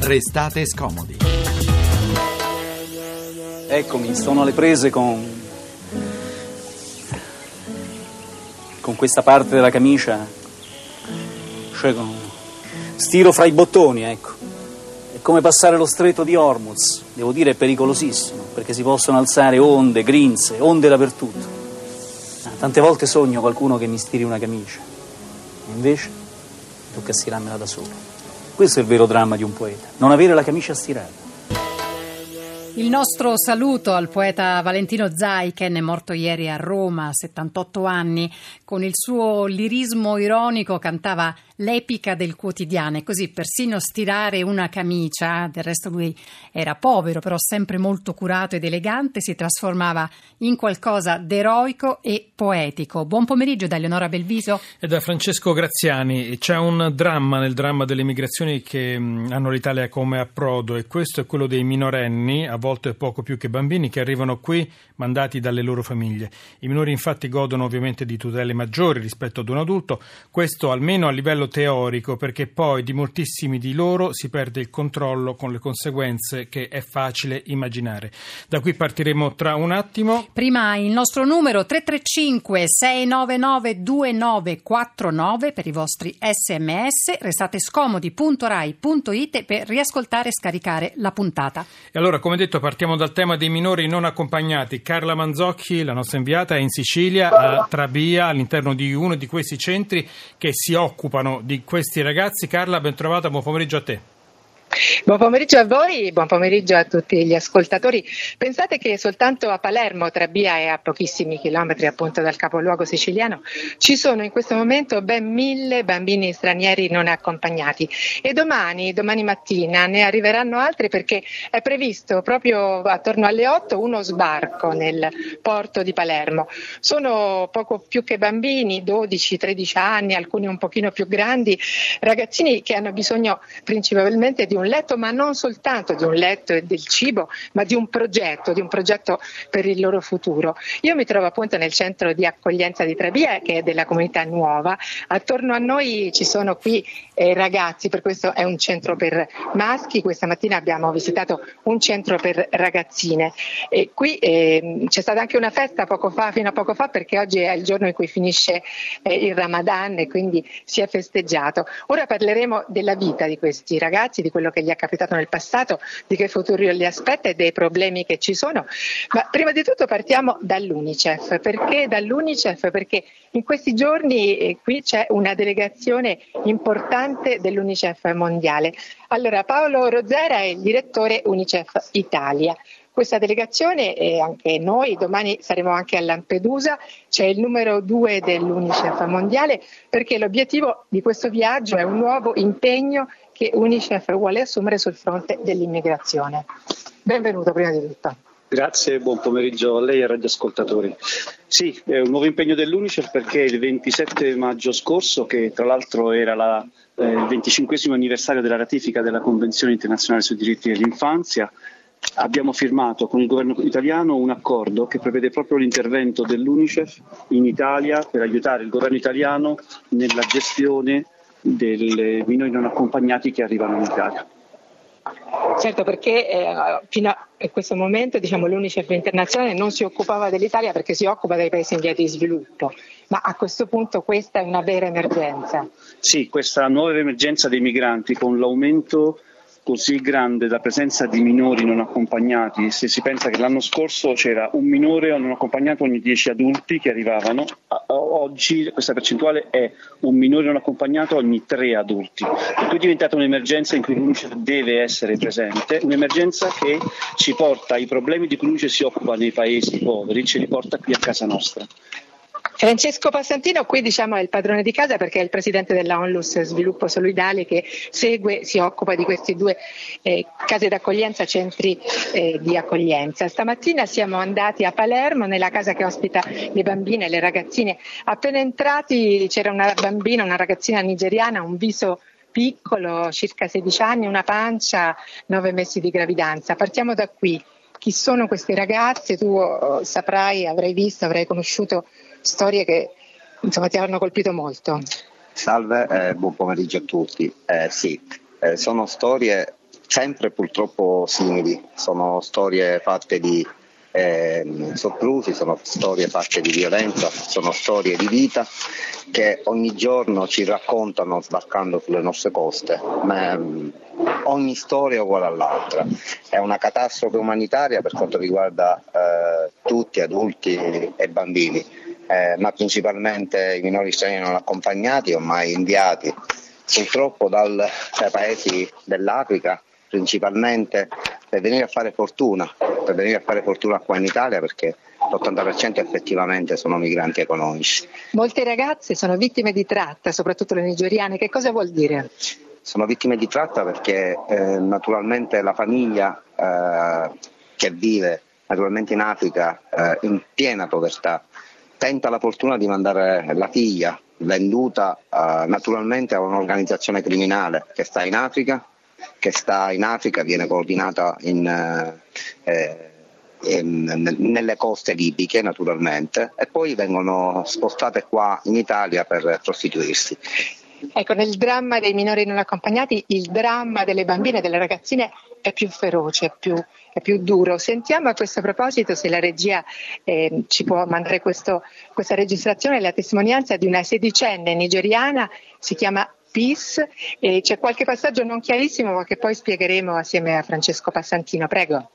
Restate scomodi. Eccomi, sono alle prese con questa parte della camicia, cioè stiro fra i bottoni, ecco. È come passare lo stretto di Hormuz. Devo dire è pericolosissimo, perché si possono alzare onde, grinze, onde dappertutto. Tante volte sogno qualcuno che mi stiri una camicia, e invece tocca stirarmela da solo. Questo è il vero dramma di un poeta, non avere la camicia stirata. Il nostro saluto al poeta Valentino Zajken, è morto ieri a Roma, 78 anni. Con il suo lirismo ironico cantava l'epica del quotidiano, e così persino stirare una camicia, del resto lui era povero però sempre molto curato ed elegante, si trasformava in qualcosa d'eroico e poetico. Buon pomeriggio da Eleonora Belviso e da Francesco Graziani. C'è un dramma nel dramma delle migrazioni che hanno l'Italia come approdo, e questo è quello dei minorenni, a volte poco più che bambini, che arrivano qui mandati dalle loro famiglie. I minori infatti godono ovviamente di tutele maggiori rispetto ad un adulto, questo almeno a livello teorico, perché poi di moltissimi di loro si perde il controllo, con le conseguenze che è facile immaginare. Da qui partiremo tra un attimo. Prima il nostro numero 335-699-2949 per i vostri sms. Restate scomodi.rai.it per riascoltare e scaricare la puntata. E allora, come detto, partiamo dal tema dei minori non accompagnati. Carla Manzocchi, la nostra inviata, è in Sicilia, a Trabia, all'interno di uno di questi centri che si occupano di questi ragazzi. Carla, ben trovata, buon pomeriggio a te. Buon pomeriggio a voi, buon pomeriggio a tutti gli ascoltatori. Pensate che soltanto a Palermo, Trabia è a pochissimi chilometri appunto dal capoluogo siciliano, ci sono in questo momento ben 1000 bambini stranieri non accompagnati, e domani mattina ne arriveranno altri, perché è previsto proprio attorno alle 8 uno sbarco nel porto di Palermo. Sono poco più che bambini, 12-13 anni, alcuni un pochino più grandi, ragazzini che hanno bisogno principalmente di un letto, ma non soltanto di un letto e del cibo, ma di un progetto per il loro futuro. Io mi trovo appunto nel centro di accoglienza di Trabia, che è della comunità nuova. Attorno a noi ci sono qui ragazzi, per questo è un centro per maschi. Questa mattina abbiamo visitato un centro per ragazzine, e qui c'è stata anche una festa fino a poco fa, perché oggi è il giorno in cui finisce il Ramadan, e quindi si è festeggiato. Ora parleremo della vita di questi ragazzi, di quello che gli è capitato nel passato, di che futuro li aspetta e dei problemi che ci sono. Ma prima di tutto partiamo dall'UNICEF. Perché dall'UNICEF? Perché in questi giorni qui c'è una delegazione importante dell'UNICEF mondiale. Allora, Paolo Rozera è il direttore UNICEF Italia. Questa delegazione, e anche noi domani saremo anche a Lampedusa, c'è il numero 2 dell'UNICEF mondiale, perché l'obiettivo di questo viaggio è un nuovo impegno che UNICEF vuole assumere sul fronte dell'immigrazione. Benvenuto prima di tutto. Grazie, buon pomeriggio a lei e ai radioascoltatori. Sì, è un nuovo impegno dell'UNICEF, perché il 27 maggio scorso, che tra l'altro era il 25° anniversario della ratifica della Convenzione internazionale sui diritti dell'infanzia, abbiamo firmato con il governo italiano un accordo che prevede proprio l'intervento dell'UNICEF in Italia per aiutare il governo italiano nella gestione dei minori non accompagnati che arrivano in Italia. Certo, perché fino a questo momento l'UNICEF internazionale non si occupava dell'Italia, perché si occupa dei paesi in via di sviluppo, ma a questo punto questa è una vera emergenza. Sì, questa nuova emergenza dei migranti, con l'aumento così grande della presenza di minori non accompagnati. Se si pensa che l'anno scorso c'era un minore non accompagnato ogni 10 adulti che arrivavano, oggi questa percentuale è un minore non accompagnato ogni 3 adulti. Per cui è diventata un'emergenza in cui l'UNICEF deve essere presente, un'emergenza che ci porta ai problemi di cui l'UNICEF si occupa nei paesi poveri, ce li porta qui a casa nostra. Francesco Passantino qui è il padrone di casa, perché è il presidente della Onlus Sviluppo Solidale, che si occupa di questi 2 case d'accoglienza, centri di accoglienza. Stamattina siamo andati a Palermo, nella casa che ospita le bambine e le ragazzine. Appena entrati c'era una ragazzina nigeriana, un viso piccolo, circa 16 anni, una pancia, 9 mesi di gravidanza. Partiamo da qui. Chi sono questi ragazzi? Tu saprai, avrai conosciuto storie che ti hanno colpito molto. Salve, buon pomeriggio a tutti. Sono storie sempre purtroppo simili. Sono storie fatte di soprusi, sono storie fatte di violenza, sono storie di vita che ogni giorno ci raccontano sbarcando sulle nostre coste, ma ogni storia è uguale all'altra. È una catastrofe umanitaria per quanto riguarda tutti, adulti e bambini, ma principalmente i minori stranieri non accompagnati, ormai inviati purtroppo dai paesi dell'Africa principalmente per venire a fare fortuna qua in Italia, perché l'80% effettivamente sono migranti economici. Molte ragazze sono vittime di tratta, soprattutto le nigeriane. Che cosa vuol dire? Sono vittime di tratta perché naturalmente la famiglia che vive naturalmente in Africa in piena povertà tenta la fortuna di mandare la figlia venduta naturalmente a un'organizzazione criminale che sta in Africa, viene coordinata nelle coste libiche naturalmente, e poi vengono spostate qua in Italia per prostituirsi. Ecco, nel dramma dei minori non accompagnati il dramma delle bambine e delle ragazzine è più feroce, è più duro. Sentiamo a questo proposito, se la regia ci può mandare questa registrazione, la testimonianza di una 16enne nigeriana, si chiama Peace, e c'è qualche passaggio non chiarissimo ma che poi spiegheremo assieme a Francesco Passantino. Prego.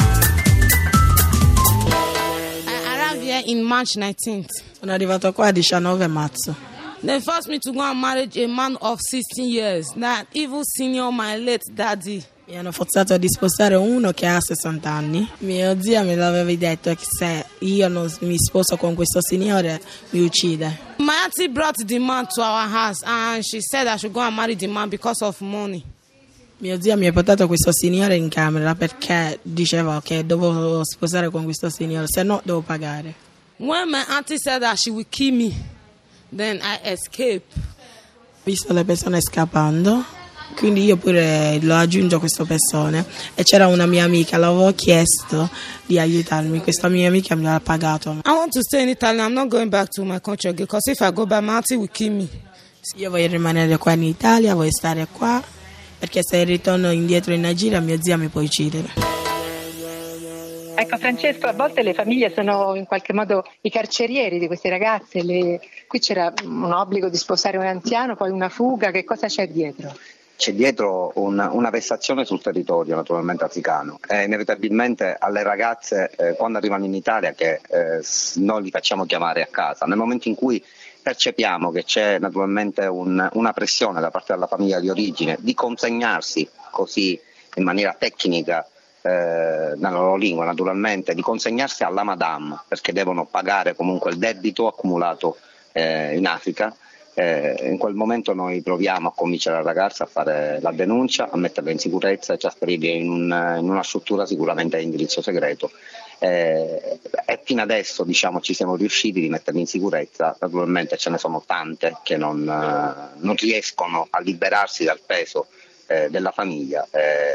In March 19th. Sono arrivato qua il 19 marzo. They forced me to go and marry a man of 16 years, that even senior my late daddy. Mi hanno forzato a disposare uno che ha 60 anni. Mio zio me l'aveva detto che se io non mi sposo con questo signore mi uccide. My auntie brought the man to our house and she said I should go and marry the man because of money. Mio zio mi ha portato questo signore in camera perché diceva che dovevo sposare con questo signore, se no devo pagare. When my auntie said that she would kill me, then I escaped. Ho visto le persone scappando, quindi io pure lo aggiungo a queste persone, e c'era una mia amica, l'avevo chiesto di aiutarmi, questa mia amica mi ha pagato. I want to stay in Italy, I'm not going back to my country because if I go back my auntie will kill me. Io voglio rimanere qua in Italia, voglio stare qua, perché se ritorno indietro in Nigeria mio zio mi può uccidere. Ecco Francesco, a volte le famiglie sono in qualche modo i carcerieri di queste ragazze, qui c'era un obbligo di sposare un anziano, poi una fuga, che cosa c'è dietro? C'è dietro una vessazione sul territorio naturalmente africano, e inevitabilmente alle ragazze quando arrivano in Italia che noi li facciamo chiamare a casa, nel momento in cui percepiamo che c'è naturalmente una pressione da parte della famiglia di origine di consegnarsi così in maniera tecnica nella loro lingua naturalmente, di consegnarsi alla madame perché devono pagare comunque il debito accumulato in Africa. In quel momento noi proviamo a convincere la ragazza a fare la denuncia, a metterla in sicurezza e trasferirla in una struttura sicuramente a indirizzo segreto. E fino adesso ci siamo riusciti di metterli in sicurezza. Naturalmente ce ne sono tante che non riescono a liberarsi dal peso della famiglia.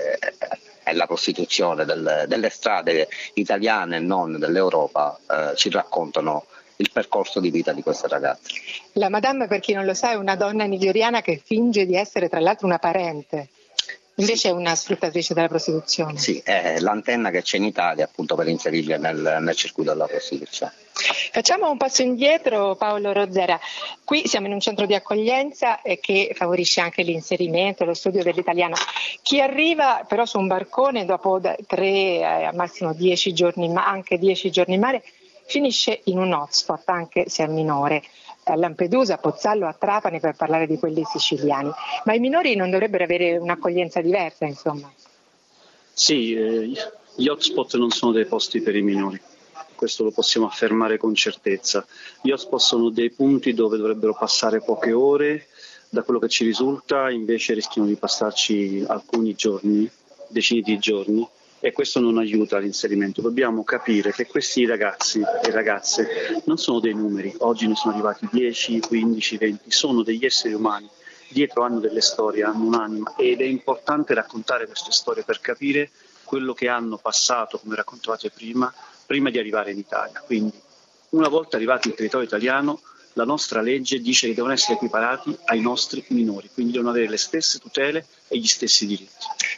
E la prostituzione delle strade italiane e non dell'Europa ci raccontano il percorso di vita di queste ragazze. La madame, per chi non lo sa, è una donna nigeriana che finge di essere tra l'altro una parente, invece è una sfruttatrice della prostituzione. Sì, è l'antenna che c'è in Italia appunto per inserirle nel circuito della prostituzione. Facciamo un passo indietro, Paolo Rozzera. Qui siamo in un centro di accoglienza che favorisce anche l'inserimento, lo studio dell'italiano. Chi arriva però su un barcone dopo 3 al massimo 10 giorni, ma anche 10 giorni in mare, finisce in un hotspot, anche se è minore. A Lampedusa, a Pozzallo, a Trapani, per parlare di quelli siciliani. Ma i minori non dovrebbero avere un'accoglienza diversa, insomma? Sì, gli hotspot non sono dei posti per i minori. Questo lo possiamo affermare con certezza. Gli hotspot sono dei punti dove dovrebbero passare poche ore, da quello che ci risulta invece rischiano di passarci alcuni giorni, decine di giorni, e questo non aiuta l'inserimento. Dobbiamo capire che questi ragazzi e ragazze non sono dei numeri, oggi ne sono arrivati 10, 15, 20, sono degli esseri umani, dietro hanno delle storie, hanno un'anima, ed è importante raccontare queste storie per capire quello che hanno passato, come raccontavate prima di arrivare in Italia. Quindi una volta arrivati in territorio italiano la nostra legge dice che devono essere equiparati ai nostri minori, quindi devono avere le stesse tutele e gli stessi diritti.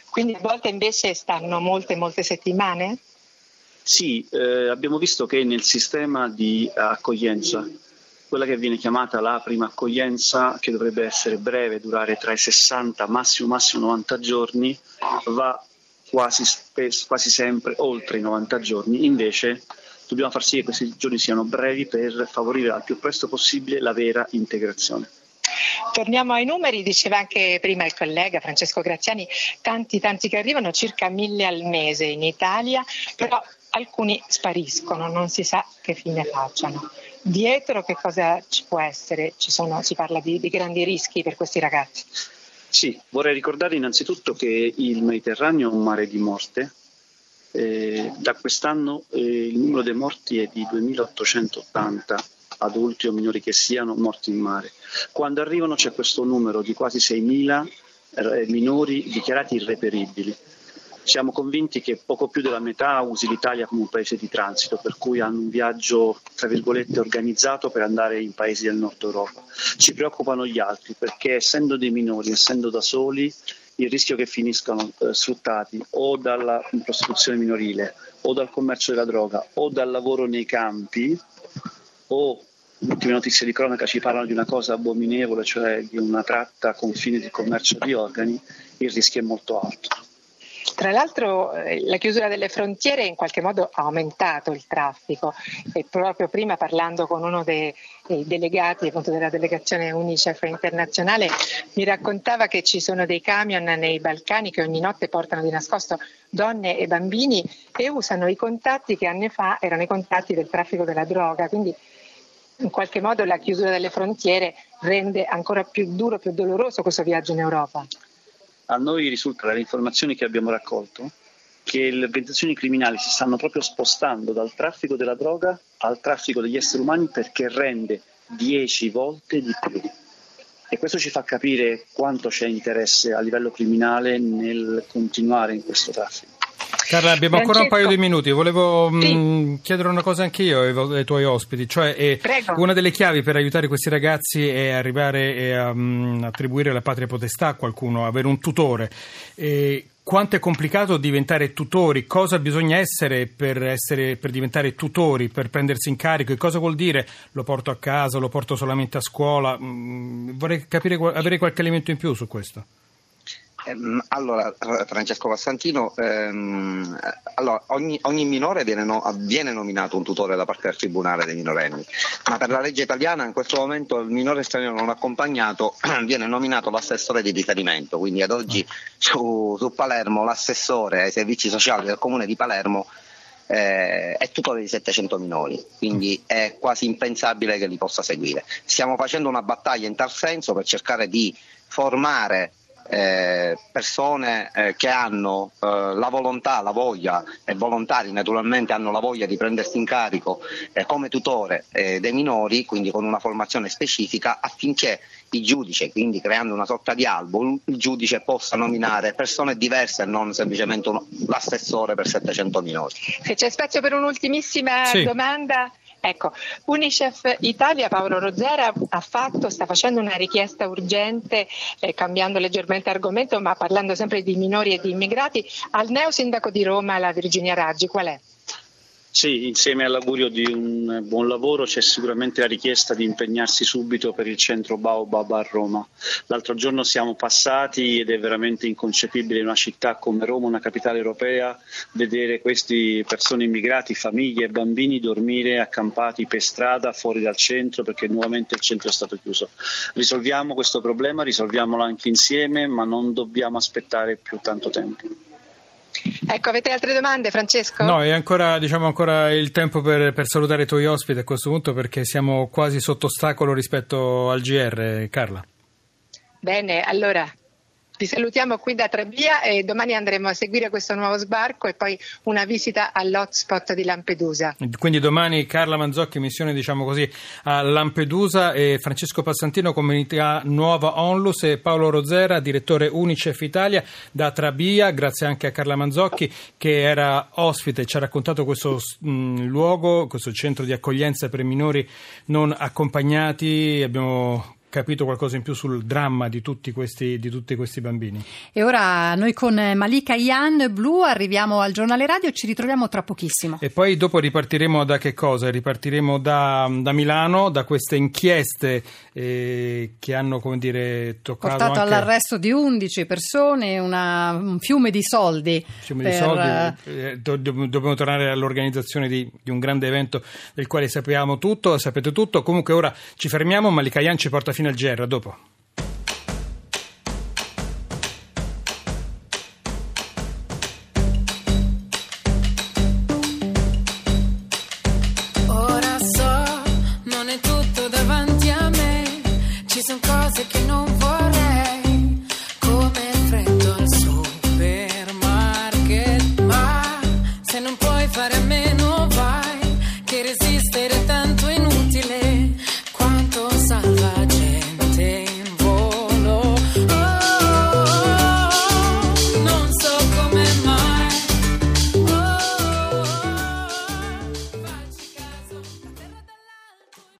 Quindi a volte invece stanno molte settimane? Sì, abbiamo visto che nel sistema di accoglienza, quella che viene chiamata la prima accoglienza, che dovrebbe essere breve, durare tra i 60 massimo 90 giorni, va quasi sempre oltre i 90 giorni. Invece dobbiamo far sì che questi giorni siano brevi per favorire al più presto possibile la vera integrazione. Torniamo ai numeri, diceva anche prima il collega Francesco Graziani, tanti che arrivano, circa 1.000 al mese in Italia, però alcuni spariscono, non si sa che fine facciano. Dietro che cosa ci può essere? Si parla di grandi rischi per questi ragazzi. Sì, vorrei ricordare innanzitutto che il Mediterraneo è un mare di morte. Da quest'anno il numero dei morti è di 2.880 adulti o minori che siano morti in mare. Quando arrivano c'è questo numero di quasi 6.000 minori dichiarati irreperibili. Siamo convinti che poco più della metà usi l'Italia come un paese di transito, per cui hanno un viaggio, tra virgolette, organizzato per andare in paesi del nord Europa. Ci preoccupano gli altri perché, essendo dei minori, essendo da soli, il rischio che finiscano sfruttati o dalla prostituzione minorile o dal commercio della droga o dal lavoro nei campi, o le ultime notizie di cronaca ci parlano di una cosa abominevole, cioè di una tratta con fine di commercio di organi, il rischio è molto alto. Tra l'altro la chiusura delle frontiere in qualche modo ha aumentato il traffico, e proprio prima, parlando con uno dei delegati appunto della delegazione UNICEF internazionale, mi raccontava che ci sono dei camion nei Balcani che ogni notte portano di nascosto donne e bambini e usano i contatti che anni fa erano i contatti del traffico della droga, quindi in qualche modo la chiusura delle frontiere rende ancora più duro, più doloroso questo viaggio in Europa. A noi risulta dalle informazioni che abbiamo raccolto che le organizzazioni criminali si stanno proprio spostando dal traffico della droga al traffico degli esseri umani, perché rende 10 volte di più. E questo ci fa capire quanto c'è interesse a livello criminale nel continuare in questo traffico. Carla, abbiamo ancora un paio di minuti. Volevo chiedere una cosa anche io ai tuoi ospiti, cioè una delle chiavi per aiutare questi ragazzi è arrivare e attribuire la patria potestà a qualcuno, avere un tutore. Quanto è complicato diventare tutori? Cosa bisogna essere per diventare tutori, per prendersi in carico? E cosa vuol dire? Lo porto a casa, lo porto solamente a scuola? Vorrei capire, avere qualche elemento in più su questo. Allora, Francesco Passantino, ogni minore viene nominato un tutore da parte del Tribunale dei minorenni, ma per la legge italiana in questo momento il minore straniero non accompagnato viene nominato l'assessore di riferimento, quindi ad oggi su Palermo l'assessore ai servizi sociali del comune di Palermo è tutore di 700 minori, quindi è quasi impensabile che li possa seguire. Stiamo facendo una battaglia in tal senso per cercare di formare persone che hanno la volontà, la voglia, e volontari naturalmente hanno la voglia di prendersi in carico come tutore dei minori, quindi con una formazione specifica, affinché il giudice, quindi creando una sorta di albo, il giudice possa nominare persone diverse e non semplicemente l'assessore per 700 minori. Se c'è spazio per un'ultimissima domanda. Ecco, UNICEF Italia, Paolo Rozera sta facendo una richiesta urgente, cambiando leggermente argomento, ma parlando sempre di minori e di immigrati, al neosindaco di Roma, la Virginia Raggi. Qual è? Sì, insieme all'augurio di un buon lavoro c'è sicuramente la richiesta di impegnarsi subito per il centro Baobab a Roma. L'altro giorno siamo passati ed è veramente inconcepibile in una città come Roma, una capitale europea, vedere queste persone immigrati, famiglie e bambini dormire accampati per strada fuori dal centro, perché nuovamente il centro è stato chiuso. Risolviamo questo problema, risolviamolo anche insieme, ma non dobbiamo aspettare più tanto tempo. Ecco, avete altre domande, Francesco? No, è ancora il tempo per salutare i tuoi ospiti a questo punto, perché siamo quasi sotto ostacolo rispetto al GR, Carla. Bene, allora vi salutiamo qui da Trabia e domani andremo a seguire questo nuovo sbarco e poi una visita all'hotspot di Lampedusa. Quindi domani Carla Manzocchi, missione a Lampedusa, e Francesco Passantino, comunità nuova Onlus, e Paolo Rozera, direttore UNICEF Italia da Trabia. Grazie anche a Carla Manzocchi che era ospite e ci ha raccontato questo luogo, questo centro di accoglienza per minori non accompagnati. Abbiamo capito qualcosa in più sul dramma di tutti questi bambini. E ora noi con Malika Yan Blu arriviamo al giornale radio, ci ritroviamo tra pochissimo. E poi dopo ripartiremo da che cosa? Ripartiremo da Milano, da queste inchieste che hanno, come dire, portato anche all'arresto di 11 persone, un fiume di soldi. Dobbiamo tornare all'organizzazione di un grande evento del quale sapete tutto. Comunque ora ci fermiamo, Malika Yan ci porta fino al GR, a dopo.